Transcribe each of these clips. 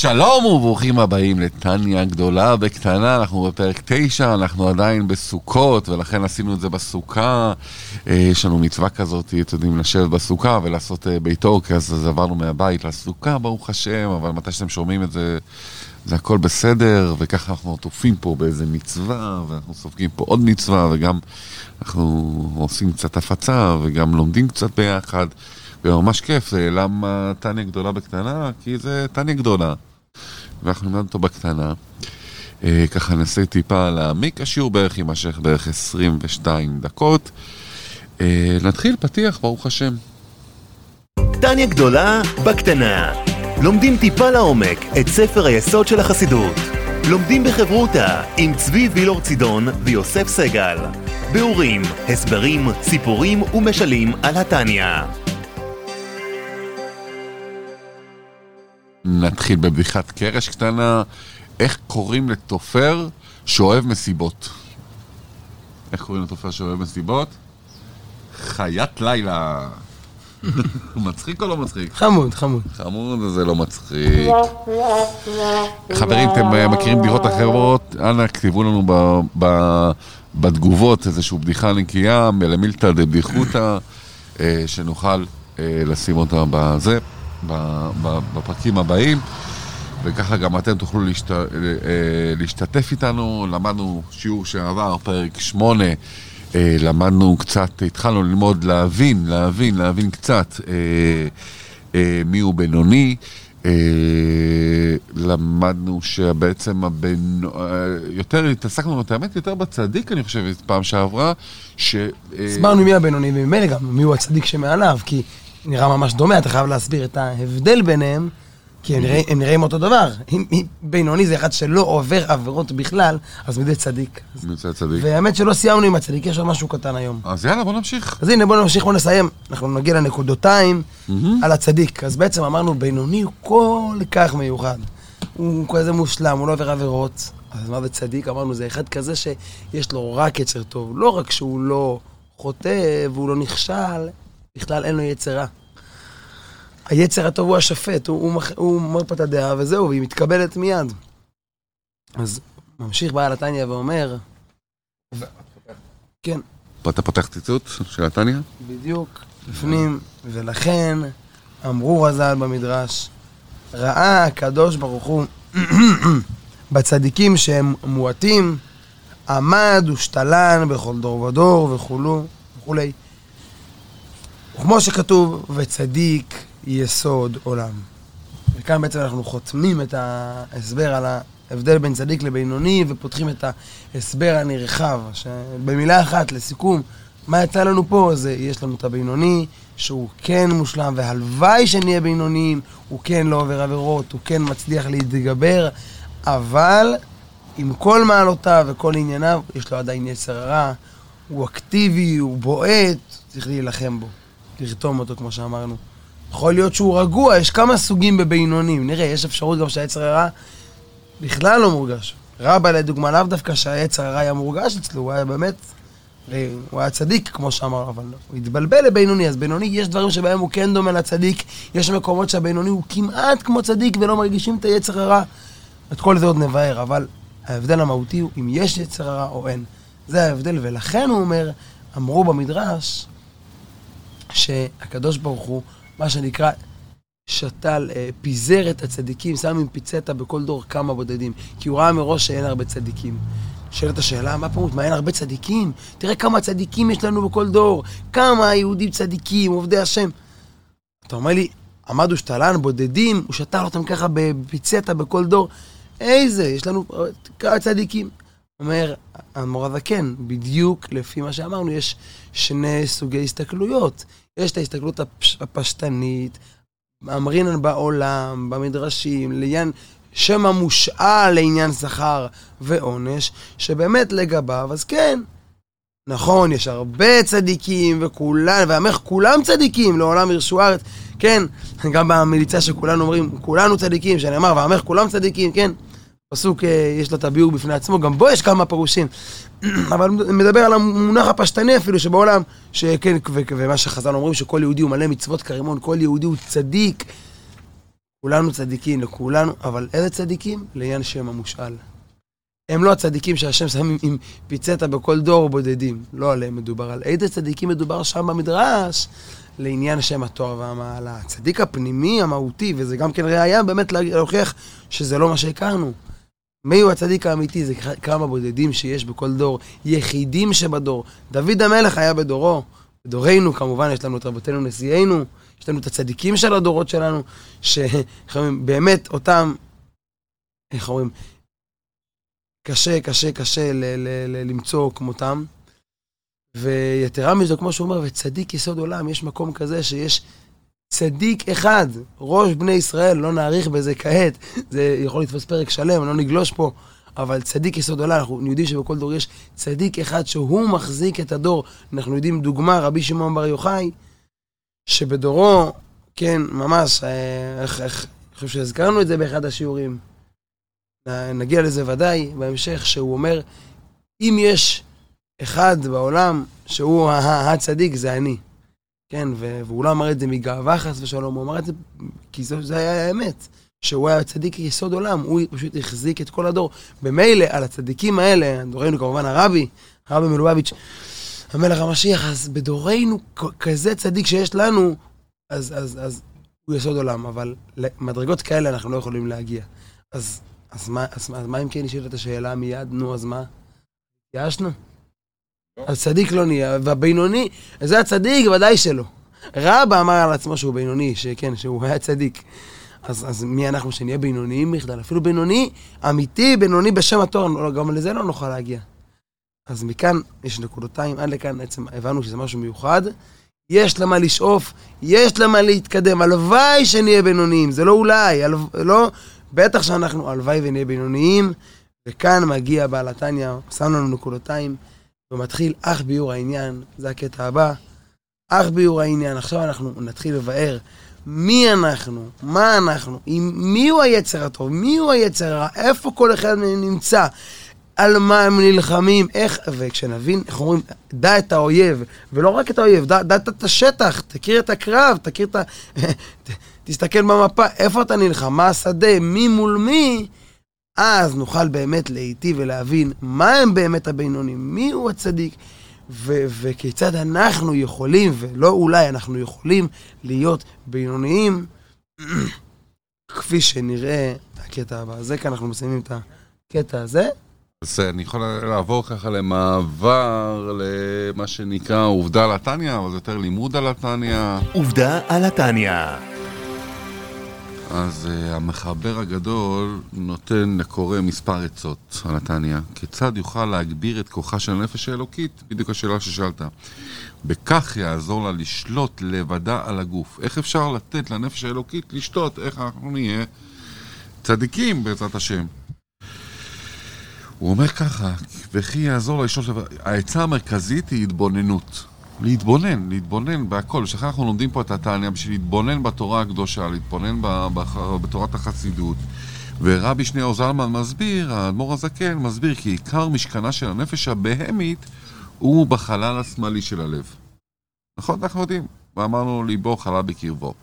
שלום וברוכים הבאים לטניה גדולה בקטנה, אנחנו בפרק 9, אנחנו עדיין בסוכות ולכן עשינו את זה בסוכה, יש לנו מצווה כזאת, אתם יודעים, לשבת בסוכה ולעשות ביתו, כי אז עברנו מהבית לסוכה, ברוך השם, אבל מתי שאתם שומעים את זה, זה הכל בסדר, וככה אנחנו עוטפים פה באיזה מצווה, ואנחנו סופגים פה עוד מצווה, וגם אנחנו עושים קצת הפצה, וגם לומדים קצת ביחד, וממש כיף. למה טניה גדולה בקטנה? כי זה טניה גדולה. ואנחנו נלמד אותו בקטנה. ככה נעשה טיפה להעמיק. השיעור בערך יימשך בערך 22 דקות. נתחיל פתיח, ברוך השם. טניה גדולה בקטנה. לומדים טיפה לעומק את ספר היסוד של החסידות. לומדים בחברותה עם צבי וילור צידון ויוסף סגל. ביאורים, הסברים, סיפורים ומשלים על הטניה. נתחיל בבדיחת קרש קטנה. איך קוראים לתופר שאוהב מסיבות? איך קוראים לתופר שאוהב מסיבות? חיית לילה. מצחיק או לא מצחיק? חמוד. חמוד, זה לא מצחיק. חברים, אתם מכירים בדיחות אחרות? אנא, כתיבו לנו בתגובות איזושהי בדיחה נקייה, מלמילתא דבדיחותא, שנוכל לשים אותה בזה. בפרקים הבאים, וככה גם אתם תוכלו להשתתף איתנו. למדנו שיעור שעבר, פרק 8, למדנו קצת, התחלנו ללמוד להבין קצת מי הוא בינוני. למדנו שבעצם יותר התעסקנו את האמת יותר בצדיק, אני חושב, פעם שעברה הסברנו מי הבינוני, וממילא גם מי הוא הצדיק שמעליו, כי נראה ממש דומה, אתה חייב להסביר את ההבדל ביניהם, כי הם נראים אותו דבר. אם בינוני זה אחד שלא עובר עבירות בכלל, אז מדי צדיק. והאמת שלא סיימנו עם הצדיק, יש עוד משהו קטן היום. אז יאללה, בוא נמשיך. אז הנה, בוא נסיים. אנחנו נגיע לנקודותיים על הצדיק. אז בעצם אמרנו, בינוני הוא כל כך מיוחד. הוא כזה מושלם, הוא לא עובר עבירות. אז מה בצדיק? אמרנו, זה אחד כזה שיש לו רק יצר טוב. לא רק שהוא לא חוטא והוא לא נכשל, בכלל אין לו יצרה. היצר הטוב הוא השפט, הוא אומר פה את הדעה וזהו, והיא מתקבלת מיד. אז ממשיך בעל הטניה ואומר, כן. פה אתה פותח ציטוט של הטניה? בדיוק, לפנים, ולכן אמרו רז"ל במדרש, ראה הקדוש ברוך הוא בצדיקים שהם מועטים, עמד ושתלן בכל דור ודור וכולי. וכמו שכתוב, וצדיק יסוד עולם. וכאן בעצם אנחנו חותמים את ההסבר על ההבדל בין צדיק לבינוני, ופותחים את ההסבר הנרחב, שבמילה אחת, לסיכום, מה יצא לנו פה? זה יש לנו את הבינוני, שהוא כן מושלם, והלוואי שנהיה בינוניים, הוא כן לא עובר עבירות, הוא כן מצליח להתגבר, אבל עם כל מעלותיו וכל ענייניו, יש לו עדיין יצר הרע, הוא אקטיבי, הוא בועט, צריך להילחם בו. לרתום אותו, כמו שאמרנו. יכול להיות שהוא רגוע, יש כמה סוגים בבינונים. נראה, יש אפשרות גם שהיצר הרע בכלל לא מורגש. רבא לדוגמה, לאו דווקא שהיצר הרע היה מורגש אצלו, הוא היה באמת, הוא היה צדיק, כמו שאמר, אבל הוא התבלבל לבינוני. אז בינוני, יש דברים שבהם הוא כן דומה לצדיק, יש מקומות שהבינוני הוא כמעט כמו צדיק, ולא מרגישים את היצר הרע. את כל זה עוד נבהר, אבל ההבדל המהותי הוא אם יש יצר הרע או אין. זה ההבדל, ולכן הוא אומר, אמרו במדרש, שהקדוש ברוך הוא, מה שנקרא, שתל, פיזר את הצדיקים, שם עם פיצטה בכל דור כמה בודדים, כי הוא ראה מראש שאין הרבה צדיקים. שאלת השאלה, מה פירוש? מה, אין הרבה צדיקים? תראה כמה צדיקים יש לנו בכל דור, כמה יהודים צדיקים, עובדי השם. אתה אומר לי, עמדו שתלן, בודדים, הוא שתל אותם ככה בפיצטה בכל דור, איזה, יש לנו כמה צדיקים. אומר, המורה זקן, בדיוק לפי מה שאמרנו, יש שני סוגי הסתכלויות. יש את ההסתכלות הפשטנית, אמרינן בעולם, במדרשים, לעניין שם המושאל לעניין שכר ועונש, שבאמת לגביו, אז כן, נכון, יש הרבה צדיקים וכולם, ואמך כולם צדיקים, לעולם ירשו ארץ, כן, גם במליצה שכולנו אומרים, כולנו צדיקים, שנאמר, ואמך כולם צדיקים, כן, פסוק יש לו את הביאור בפני עצמו, גם בו יש כמה פירושים, אבל מדבר על המונח הפשטני אפילו שבעולם, שכן, ומה שחז"ל אומרים שכל יהודי הוא מלא מצוות כרימון, כל יהודי הוא צדיק, כולנו צדיקים לכולנו, אבל איזה צדיקים? לעניין שם המושאל. הם לא הצדיקים שהשם שם עם פיצטה בכל דור בודדים. לא עליהם מדובר. על איזה צדיקים מדובר שם במדרש? לעניין שם התואר והמעלה. הצדיק הפנימי, המהותי, וזה גם כן ראיה באמת להוכיח שזה לא מה שהכרנו. מי הוא הצדיק האמיתי? זה כמה בודדים שיש בכל דור, יחידים שבדור. דוד המלך היה בדורו. בדורנו כמובן יש לנו את רבותינו נשיאינו, יש לנו את הצדיקים של הדורות שלנו, שבאמת אותם, איך אומרים, קשה למצוא כמותם. ויתרה מזו, כמו שהוא אומר, וצדיק יסוד עולם, יש מקום כזה שיש צדיק אחד, ראש בני ישראל, לא נעריך בזה כעת, זה יכול לתפוס פרק שלם, לא נגלוש פה, אבל צדיק יסוד עולם, אנחנו יודעים שבכל דור יש צדיק אחד שהוא מחזיק את הדור. אנחנו יודעים דוגמה, רבי שמעון בר יוחאי, שבדורו, כן, ממש, אני חושב שהזכרנו את זה באחד השיעורים, נגיע לזה ודאי בהמשך, שהוא אומר, אם יש אחד בעולם שהוא הצדיק, זה אני. כן, והוא לא אמר את זה מגאווה חס ושלום, הוא אמר את זה כי זה היה האמת, שהוא היה צדיק יסוד עולם, הוא פשוט החזיק את כל הדור. במילא, על הצדיקים האלה, דורנו כמובן הרבי מלובביץ', המלך המשיח, אז בדורנו כזה צדיק שיש לנו, אז הוא יסוד עולם, אבל למדרגות כאלה אנחנו לא יכולים להגיע. אז מה אם כן נשאלת את השאלה מיד? נו, אז מה? ישנו? אז צדיק לא נהיה, והבינוני, זה הצדיק, ודאי שלא. רבא אמר על עצמו שהוא בינוני, שכן, שהוא היה צדיק. אז מי אנחנו שנהיה בינוניים בכלל? אפילו בינוני, אמיתי, בינוני בשם התואר, גם לזה לא נוכל להגיע. אז מכאן יש נקודותיים, עד לכאן בעצם הבנו שזה משהו מיוחד. יש למה לשאוף, יש למה להתקדם, הלוואי שנהיה בינוניים, זה לא אולי, לא, בטח שאנחנו הלוואי ונהיה בינוניים, וכאן מגיע בעל התניא, שם לנו נקודותיים, ומתחיל אך ביור העניין, זה הקטע הבא, אך ביור העניין. עכשיו אנחנו נתחיל לבאר מי אנחנו, מה אנחנו, מי הוא היצר הטוב, מי הוא היצר הרע, איפה כל אחד נמצא, על מה הם נלחמים, איך, וכשנבין, איך אומרים, דע את האויב, ולא רק את האויב, דע את השטח, תכיר את הקרב, תכיר את תסתכל במפה, איפה אתה נלחם, מה השדה, מי מול מי, אז נוכל באמת להיטיב ולהבין מה הם באמת הבינונים, מי הוא הצדיק, וכיצד אנחנו יכולים, ולא אולי אנחנו יכולים להיות בינוניים, כפי שנראה הקטע הבא. זה כאן אנחנו מסיימים את הקטע הזה. אז אני יכול לעבור ככה למעבר למה שנקרא עובדה על התניא, אבל זה יותר לימוד על התניא. עובדה על התניא. אז המחבר הגדול נותן לקורא מספר עצות על התניא. כיצד יוכל להגביר את כוחה של הנפש האלוקית? בדיוק השאלה ששאלת. בכך יעזור לה לשלוט לבדה על הגוף. איך אפשר לתת לנפש האלוקית לשלוט? איך אנחנו נהיה צדיקים בעזרת השם? הוא אומר ככה, וכי יעזור לה לשלוט לבדה. העצה המרכזית היא התבוננות. להתבונן בהכל. שכן אנחנו לומדים פה את התניא בשביל להתבונן בתורה הקדושה, להתבונן בתורת החסידות. ורבי שניאור זלמן מסביר, האדמו"ר הזקן מסביר, כי עיקר משכנה של הנפש הבהמית הוא בחלל השמאלי של הלב. נכון? אנחנו יודעים. ואמרנו ליבו חלל בקרבו.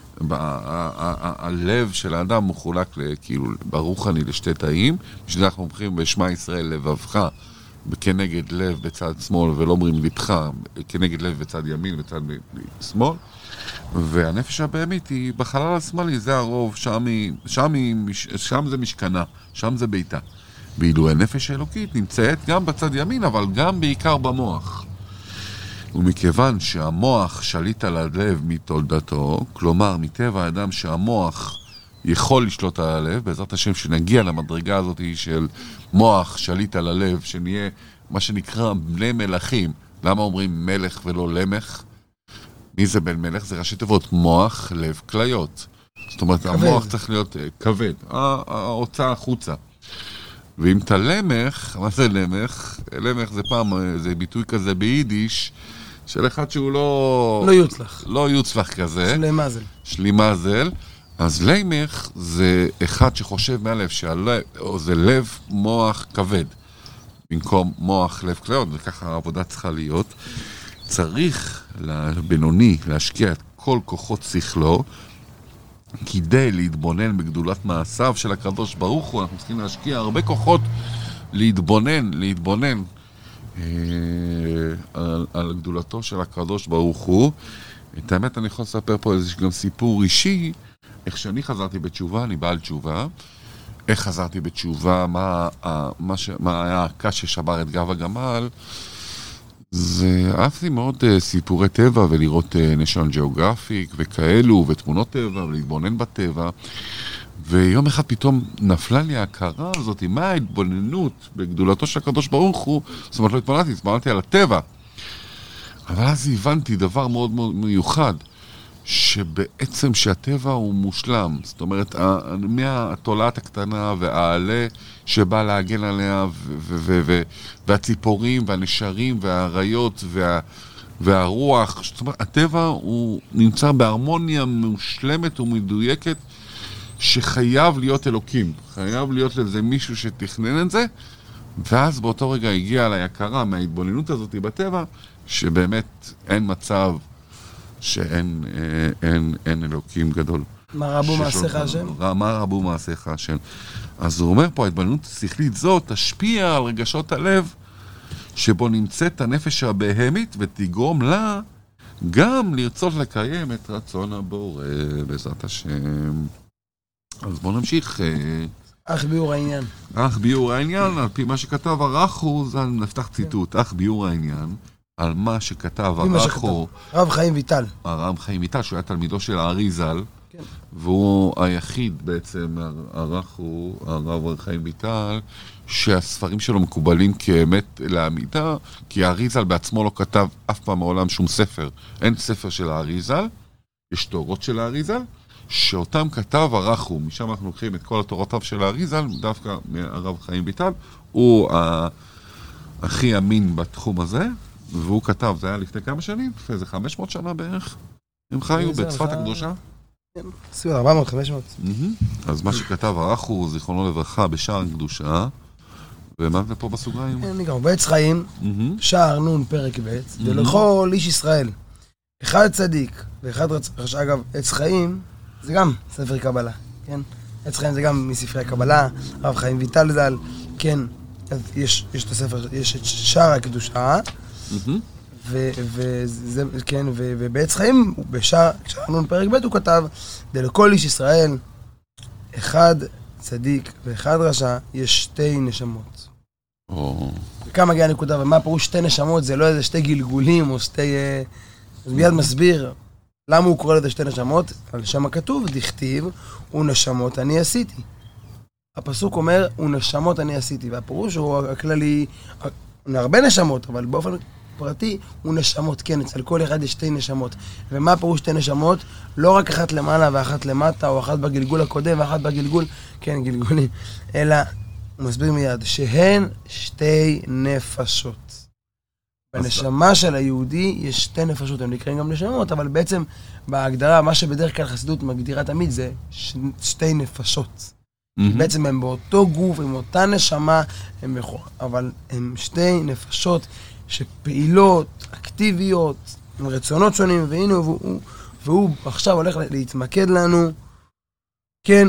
הלב של האדם מחולק כאילו ברוחני לשתי תאים, בשביל אנחנו אומרים בשמע ישראל לבבך, כנגד לב בצד שמאל, ולא אומרים לבך, כנגד לב בצד ימין, בצד שמאל. והנפש הבהמית היא בחלל השמאלי, זה הרוב, שם זה משכנה, שם זה ביתה. ואילו הנפש האלוקית נמצאת גם בצד ימין, אבל גם בעיקר במוח. ומכיוון שהמוח שליט על הלב מתולדתו, כלומר מטבע האדם שהמוח יכול לשלוט על הלב, בעזרת השם שנגיע למדרגה הזאת של מוח שליט על הלב, שנהיה מה שנקרא בני מלכים. למה אומרים מלך ולא למך? מי זה בן מלך? זה ראשי תיבות מוח, לב, כליות. זאת אומרת, כבד. המוח צריך להיות כבד, ההוצאה החוצה. ואם אתה למך, מה זה למך? למך זה פעם, זה ביטוי כזה ביידיש, של אחד שהוא לא יוצלח כזה. שלימזל. אז לימך זה אחד שחושב מהלב, זה לב, מוח, כבד. במקום מוח, לב, כליות, וככה העבודה צריכה להיות. צריך לבינוני להשקיע את כל כוחות שכלו, כדי להתבונן בגדולת מעשיו של הקדוש ברוך הוא, אנחנו צריכים להשקיע הרבה כוחות להתבונן על גדולתו של הקדוש ברוך הוא. את האמת אני יכול לספר פה איזה גם סיפור אישי, איך שאני חזרתי בתשובה, אני בעל תשובה, איך חזרתי בתשובה, מה היה הקש ששבר את גב הגמל. זה אהבתי מאוד סיפורי טבע ולראות נשיון ג'אוגרפיק וכאלו ותמונות טבע ולהתבונן בטבע, ויום אחד פתאום נפלה לי ההכרה הזאת, מה ההתבוננות בגדולתו של הקדוש ברוך הוא. זאת אומרת, לא התבוננתי על הטבע, אבל אז הבנתי דבר מאוד מאוד מיוחד, שבעצם שהטבע הוא מושלם. זאת אומרת, מהתולעת הקטנה והעלה שבא להגן עליה, והציפורים והנשרים והאריות והרוח. זאת אומרת, הטבע הוא נמצא בהרמוניה מושלמת ומדויקת, שחייב להיות אלוקים. חייב להיות לזה מישהו שתכנן את זה, ואז באותו רגע הגיע עליי הכרה מההתבוננות הזאת בטבע, שבאמת אין מצב שאין אלוקים גדול. מה רבו מעשיך השם? מה רבו מעשיך השם. אז הוא אומר פה, ההתבוננות השכלית זאת תשפיע על רגשות הלב, שבו נמצאת הנפש הבהמית, ותגרום לה גם לרצות לקיים את רצון הבורא, בעזרת השם. אז בואו נמשיך. אך ביור העניין. אך ביור העניין, על פי מה שכתב הרחו, זה נפתח ציטוט, אך ביור העניין, על מה שכתב הרחו. הרב חיים ויטל. הרב חיים ויטל, שהוא היה תלמידו של האריזל, כן. והוא היחיד בעצם, הרחו, הרב חיים ויטל, שהספרים שלו מקובלים כאמת לעמידה, כי האריזל בעצמו לא כתב אף פעם מעולם שום ספר. אין ספר של האריזל, יש תורות של האריזל, שאותם כתב הרחו. משם אנחנו לוקחים את כל התורותיו של האריזל, דווקא מהרב חיים ויטל, הוא הכי אמין בתחום הזה, והוא כתב, זה היה לפני כמה שנים, לפני איזה 500 שנה בערך, הם חיו בצפת הקדושה. סביב 400, 500. אז מה שכתב הרחו, זיכרונו לברכה, בשער הקדושה, ומה זה פה בסוגריים? נקרא, בעץ חיים, שער נון פרק ב', ולכל איש ישראל, אחד צדיק ואחד רשע. אגב, עץ חיים זה גם ספר קבלה, כן? עץ חיים זה גם מספרי הקבלה, הרב חיים ויטל ז"ל, כן, אז יש את הספר, יש את שער הקדושה, וזה, כן, ובעץ חיים, בשער נון פרק ב' הוא כתב, לכל איש ישראל, אחד צדיק ואחד רשע, יש שתי נשמות. וכאן מגיעה הנקודה, ומה פירוש שתי נשמות? זה לא איזה שתי גלגולים או שתי... אז מיד מסביר למה הוא קורא לזה שתי נשמות. על שם הכתוב, דכתיב, ונשמות אני עשיתי. הפסוק אומר, ונשמות אני עשיתי, והפירוש הוא הכללי, הרבה נשמות, אבל באופן פרטי, ונשמות, כן, אצל כל אחד יש שתי נשמות. ומה פירוש שתי נשמות? לא רק אחת למעלה ואחת למטה, או אחת בגלגול הקודם ואחת בגלגול, כן, גלגולים, אלא, הוא מסביר מיד, שהן שתי נפשות. בנשמה של היהודי יש שתי נפשות, הם נקראים גם נשמות, אבל בעצם בהגדרה, מה שבדרך כלל חסידות מגדירה תמיד זה שתי נפשות. בעצם הם באותו גוף, עם אותה נשמה, אבל הם שתי נפשות שפעילות, אקטיביות, עם רצונות שונים, והנה והוא עכשיו הולך להתמקד לנו, כן,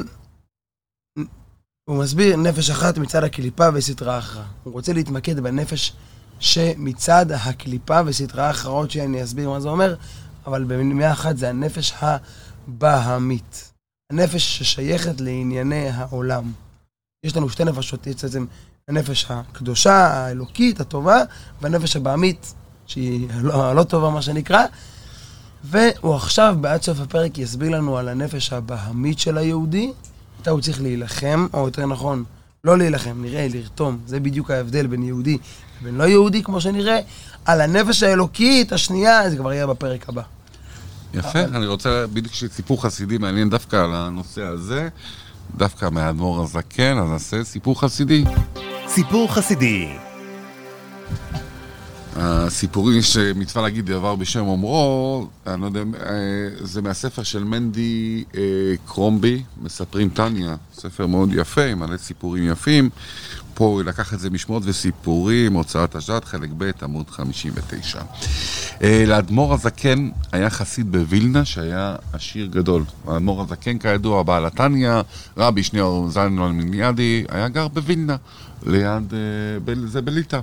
הוא מסביר נפש אחת מצד הקליפה וסתרה אחרא. הוא רוצה להתמקד בנפש שמצד הקליפה וסתרה אחרא, עוד שאני אסביר מה זה אומר, אבל במילה אחת זה הנפש הבהמית. הנפש ששייכת לענייני העולם. יש לנו שתי נפשות, יש בעצם הנפש הקדושה, האלוקית, הטובה, והנפש הבהמית, שהיא לא טובה מה שנקרא, והוא עכשיו בעד סוף הפרק יסביר לנו על הנפש הבהמית של היהודי, אתה הוא צריך להילחם, או יותר נכון, לא להילחם, נראה, לרתום, זה בדיוק ההבדל בין יהודי ובין לא יהודי, כמו שנראה, על הנפש האלוקית השנייה, זה כבר יהיה בפרק הבא. יפה, אני רוצה בדיוק שסיפור חסידי מעניין דווקא על הנושא הזה, דווקא מהאדמו"ר הזקן, אז נעשה סיפור חסידי. סיפור חסידי. הסיפורים שמצווה להגיד דבר בשם אומרו, אני לא יודע, זה מהספר של מנדי קרומבי, מספרים טניה, ספר מאוד יפה, מלא סיפורים יפים. פה הוא לקח את זה משמעות וסיפורים, הוצאת השד, חלק ב', עמוד 59. לאדמו"ר הזקן היה חסיד בווילנה שהיה עשיר גדול. האדמו"ר הזקן כידוע, בעל הטניה, רבי שניאור זלמן מליאדי, היה גר בווילנה, ליד, זה בליטא.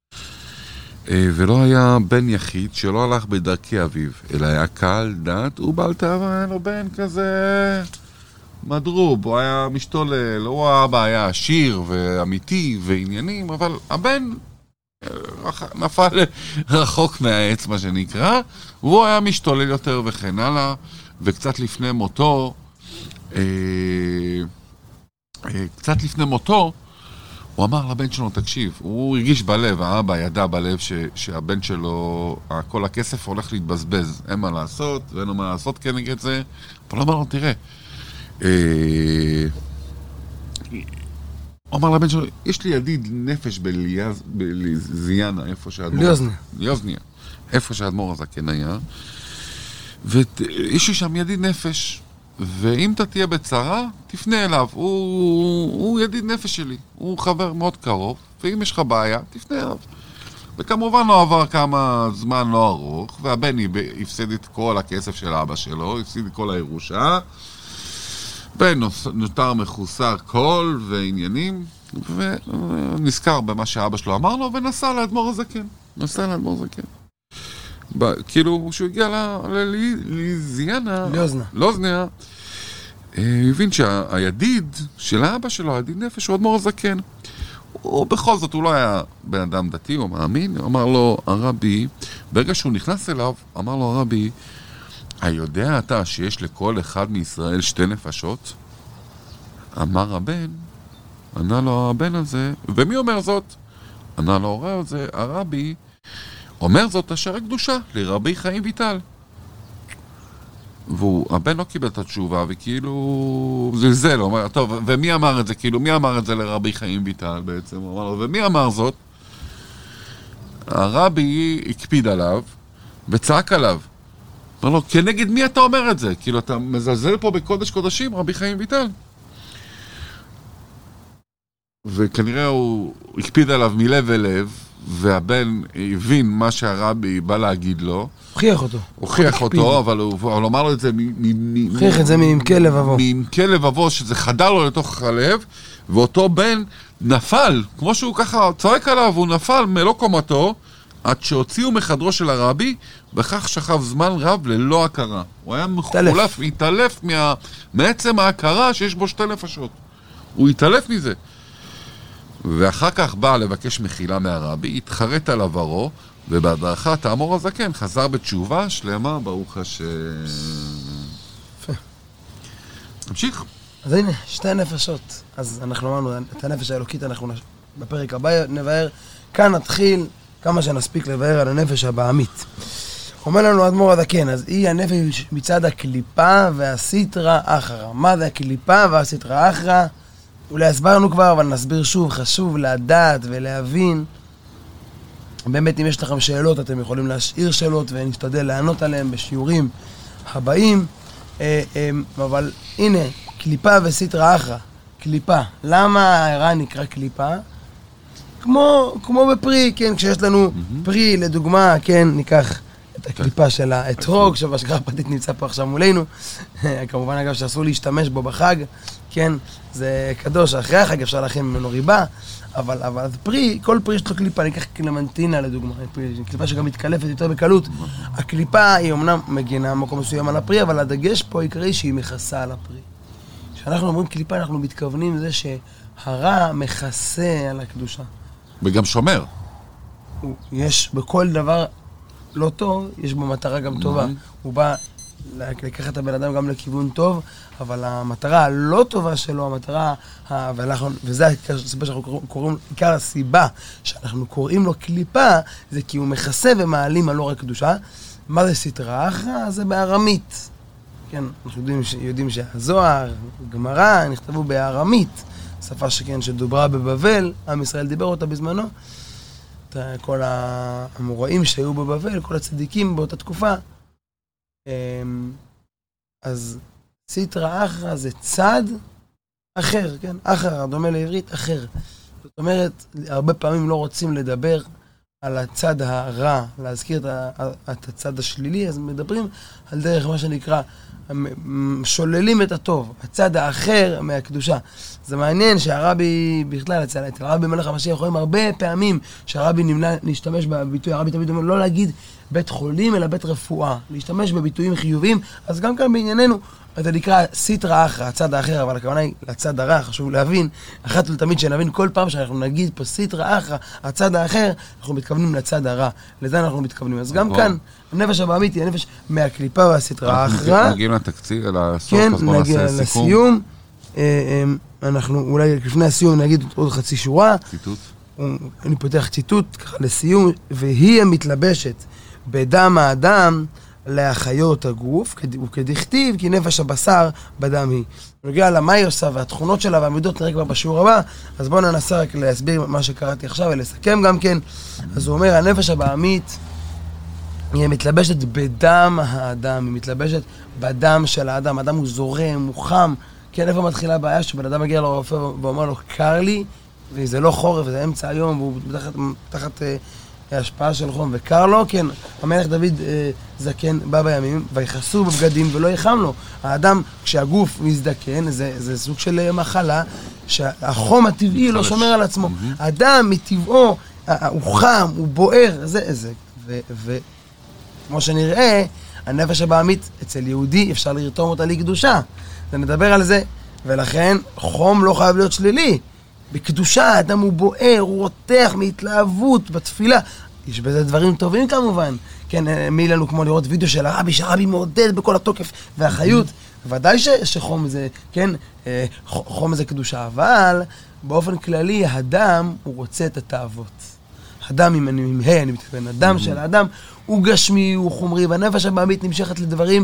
ולא היה בן יחיד שלא הלך בדרכי אביו, אלא היה קהל דת, הוא בעל תאווה, היה לו בן כזה מדרוב, הוא היה משתולל, הוא האבא היה עשיר ואמיתי ועניינים, אבל הבן נפל רחוק מהעץ, מה שנקרא, והוא היה משתולל יותר וכן הלאה, וקצת לפני מותו, הוא אמר לבן שלו, תקשיב, הוא הרגיש בלב, האבא ידע בלב שהבן שלו, כל הכסף הולך להתבזבז, אין מה לעשות, ואין לו מה לעשות כנגד זה, אבל הוא אמר לו, תראה, הוא אמר לבן שלו, יש לי ידיד נפש בליזיאנה, איפה שהאדמו"ר... ליוזניה, איפה שהאדמו"ר הזקן היה, ויש לי שם ידיד נפש, ואם אתה תהיה בצרה, תפנה אליו, הוא ידיד נפש שלי, הוא חבר מאוד קרוב, ואם יש לך בעיה, תפנה אליו. וכמובן לא עבר כמה זמן לא ארוך, והבן הפסיד את כל הכסף של אבא שלו, הפסיד את כל הירושה, בן נותר מחוסר קול ועניינים, ונזכר במה שאבא שלו אמר לו, ונסע לאדמו"ר הזקן. כאילו, כשהוא הגיע לליזיאנה, לוזניה, הוא הבין שהידיד של האבא שלו, הידיד נפש, הוא אדמו"ר הזקן. ובכל זאת הוא לא היה בן אדם דתי, הוא מאמין, אמר לו הרבי, ברגע שהוא נכנס אליו, אמר לו הרבי, היודע אתה שיש לכל אחד מישראל 2 נפשות? אמר הבן, ענה לו הבן הזה, ומי אומר זאת? ענה לו הרבי, אומר זאת השערי קדושה לרבי חיים ויטל. והבן לא קיבל את התשובה, וכאילו זלזל, הוא אומר, טוב, ומי אמר את זה? כאילו, מי אמר את זה לרבי חיים ויטל בעצם? הוא אמר לו, ומי אמר זאת? הרבי הקפיד עליו, וצעק עליו. אמר לו, כנגד מי אתה אומר את זה? כאילו, אתה מזלזל פה בקודש קודשים, רבי חיים ויטל. וכנראה הוא הקפיד עליו מלב אל לב, והבן הבין מה שהרבי בא להגיד לו. הוכיח אותו, אבל הוא אמר לו את זה הוכיח את זה מעמקי לבבו. מעמקי לבבו, שזה חדר לו לתוך הלב, ואותו בן נפל, כמו שהוא ככה צועק עליו, הוא נפל מלא קומתו, עד שהוציאו מחדרו של הרבי, בכך שכב זמן רב ללא הכרה. הוא היה מחולף, התעלף מעצם ההכרה שיש בו 2 נפשות. הוא התעלף מזה. ואחר כך בא לבקש מחילה מהרבי, התחרט על עברו, ובהדרכת האדמו"ר הזקן חזר בתשובה שלמה, ברוך השם. תמשיך. אז הנה, 2 נפשות. אז אנחנו אמרנו, את הנפש האלוקית אנחנו בפרק הבא נבהר. כאן נתחיל כמה שנספיק לבהר על הנפש הבעמית. אומר לנו האדמו"ר הזקן, אז היא הנפש מצד הקליפה והסטרא אחרא. מה זה הקליפה והסטרא אחרא? אולי הסברנו כבר, אבל נסביר שוב, חשוב לדעת ולהבין. באמת, אם יש לכם שאלות, אתם יכולים להשאיר שאלות, ונשתדל לענות עליהם בשיעורים הבאים. אבל הנה, קליפה וסטרא אחרא. קליפה. למה הערה נקרא קליפה? כמו בפרי, כן, כשיש לנו פרי, לדוגמה, כן, ניקח את הקליפה של האתרוג, שבהשגחה פרטית נמצא פה עכשיו מולנו. כמובן, אגב, שאסור להשתמש בו בחג, כן, זה קדוש, אחרי החג אפשר להכין ממנו ריבה, אבל פרי, כל פרי יש לו קליפה, ניקח קלמנטינה לדוגמה, קליפה שגם מתקלפת יותר בקלות. הקליפה היא אמנם מגינה מקום מסוים על הפרי, אבל הדגש פה העיקרי שהיא מכסה על הפרי. כשאנחנו אומרים קליפה, אנחנו מתכוונים לזה שהרע מכסה על הקדושה. וגם שומר. יש בכל דבר לא טוב, יש בו מטרה גם טובה. הוא בא לקחת את הבן אדם גם לכיוון טוב, אבל המטרה הלא טובה שלו, המטרה, וזה הסיבה שאנחנו קוראים, עיקר הסיבה שאנחנו קוראים לו קליפה, זה כי הוא מכסה ומעלים על לא רק קדושה. מה זה סטרא אחרא? זה בארמית. כן, אנחנו יודעים שהזוהר, גמרא, נכתבו בארמית, שפה שדוברה בבבל, עם ישראל דיבר אותה בזמנו, כל האמוראים שהיו בבבל, כל הצדיקים באותה תקופה. אז סיטרא אחרא זה צד אחר, כן? אחרא, דומה לעברית, אחר. זאת אומרת, הרבה פעמים לא רוצים לדבר על הצד הרע, להזכיר את הצד השלילי, אז מדברים על דרך מה שנקרא, שוללים את הטוב, הצד האחר מהקדושה. זה מעניין שהרבי, בכלל, אצל הרבי מלך המשיח, רואים הרבה פעמים שהרבי נמנע להשתמש בביטוי, הרבי תמיד אומר לא להגיד בית חולים, אלא בית רפואה, להשתמש בביטויים חיוביים, אז גם כאן בענייננו, זה נקרא סיטרא אחרא, הצד האחר, אבל הכוונה היא לצד הרע, חשוב להבין, אחת ולתמיד שנבין כל פעם שאנחנו נגיד פה סיטרא אחרא, הצד האחר, אנחנו מתכוונים לצד הרע, לזה אנחנו מתכוונים. אז גם כאן, הנפש הבאמית היא הנפש מהקליפה והסיטרא אחרא. נגיעים לתקציר, לסוף, כן, אז בוא נגיע נעשה סיכום. לסיום. אנחנו אולי לפני הסיום נגיד עוד חצי שורה. ציטוט. אני פותח ציטוט ככה לסיום, והיא המתלבשת בדם האדם להחיות הגוף, וכדכתיב כי נפש הבשר בדם היא. נוגע למה היא עושה והתכונות שלה והמידות נראה כבר בשיעור הבא, אז בואו ננסה רק להסביר מה שקראתי עכשיו ולסכם גם כן. אז הוא אומר, הנפש הבאמית היא מתלבשת בדם האדם, היא מתלבשת בדם של האדם, האדם הוא זורם, הוא חם. כן, איפה מתחילה הבעיה שבן אדם מגיע לרופא ואומר לו, קר לי, וזה לא חורף, זה אמצע היום, והוא תחת השפעה של חום, וקר לו, כן, המלך דוד זקן בא בימים, ויחסו בבגדים ולא יחם לו. האדם, כשהגוף מזדקן, זה סוג של מחלה, שהחום הטבעי לא שומר על עצמו. האדם מטבעו, הוא חם, הוא בוער, וכמו שנראה, הנפש הבאמית אצל יהודי אפשר לרתום אותה לקדושה. ונדבר על זה, ולכן חום לא חייב להיות שלילי. בקדושה האדם הוא בוער, הוא רותח מהתלהבות בתפילה. יש בזה דברים טובים כמובן. כן, מי לנו כמו לראות וידאו של הרבי, שהרבי מעודד בכל התוקף והחיות. ודאי שחום זה, כן, חום זה קדושה, אבל באופן כללי האדם הוא רוצה את התאוות. אדם, אם אני מתכוון, אדם של האדם הוא גשמי, הוא חומרי, והנפש הבאמית נמשכת לדברים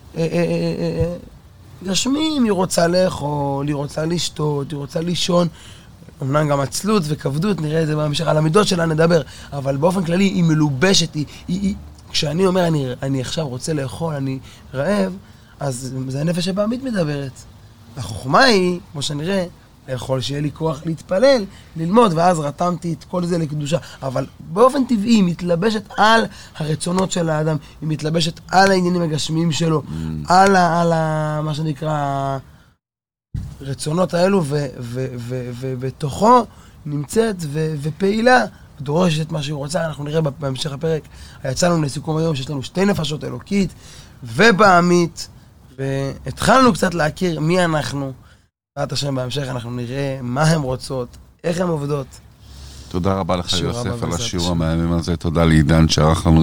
גשמיים, היא רוצה לאכול, היא רוצה לשתות, היא רוצה לישון, אמנם גם עצלות וכבדות, נראה את זה בהמשך, על המידות שלה נדבר, אבל באופן כללי היא מלובשת, כשאני אומר אני עכשיו רוצה לאכול, אני רעב, אז זה הנפש הבאמית מדברת. החוכמה היא, כמו שנראה, לאכול שיהיה לי כוח להתפלל, ללמוד, ואז רתמתי את כל זה לקדושה. אבל באופן טבעי היא מתלבשת על הרצונות של האדם, היא מתלבשת על העניינים הגשמיים שלו, על מה שנקרא רצונות האלו, ובתוכו נמצאת ופעילה, דורשת את מה שהיא רוצה. אנחנו נראה בהמשך הפרק, יצא לנו לסיכום היום שיש לנו שתי נפשות, אלוקית ובאמית, והתחלנו קצת להכיר מי אנחנו. בעזרת השם בהמשך אנחנו נראה מה הן רוצות, איך הן עובדות. תודה רבה לך יוסף על השיעור המהמם הזה, תודה לעידן שערך לנו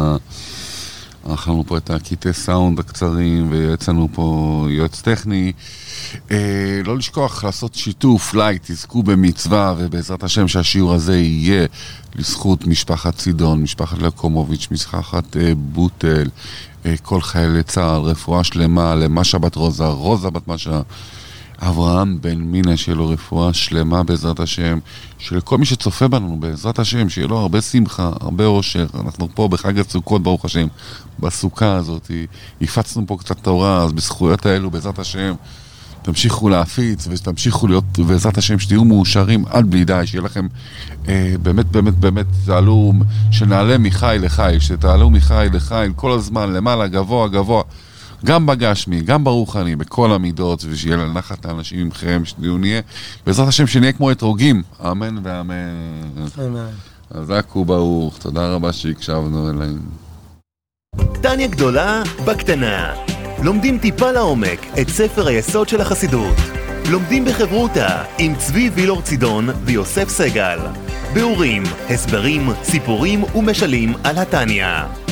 פה את הקטעי סאונד הקצרים, ויועץ לנו פה יועץ טכני. לא לשכוח לעשות שיתוף, לייק, תזכו במצווה, ובעזרת השם שהשיעור הזה יהיה לזכות משפחת צידון, משפחת לקומוביץ', משפחת בוטל, כל חיילי צה"ל, רפואה שלמה, למשה בת רוזה, רוזה בת משה, אברהם בן מינה, שיהיה לו רפואה שלמה בעזרת השם, שלכל מי שצופה בנו בעזרת השם, שיהיה לו הרבה שמחה, הרבה אושר. אנחנו פה בחג הסוכות, ברוך השם, בסוכה הזאת, הפצנו פה קצת תורה, אז בזכויות האלו בעזרת השם, תמשיכו להפיץ ותמשיכו להיות בעזרת השם, שתהיו מאושרים עד בלי די, שיהיה לכם באמת באמת באמת, תעלו, שנעלה מחי לחי, שתעלו מחי לחי כל הזמן, למעלה, גבוה, גבוה, גם בגשמי, גם ברוחני, בכל המידות, ושיהיה לנחת האנשים ממכם, שנהיה, בעזרת השם שנהיה כמו אתרוגים, אמן ואמן. אמן. חזק וברוך, תודה רבה שהקשבנו אליהם. טניה גדולה בקטנה. לומדים טיפה לעומק את ספר היסוד של החסידות. לומדים בחברותה עם צבי וילור צידון ויוסף סגל. ביאורים, הסברים, סיפורים ומשלים על הטניה.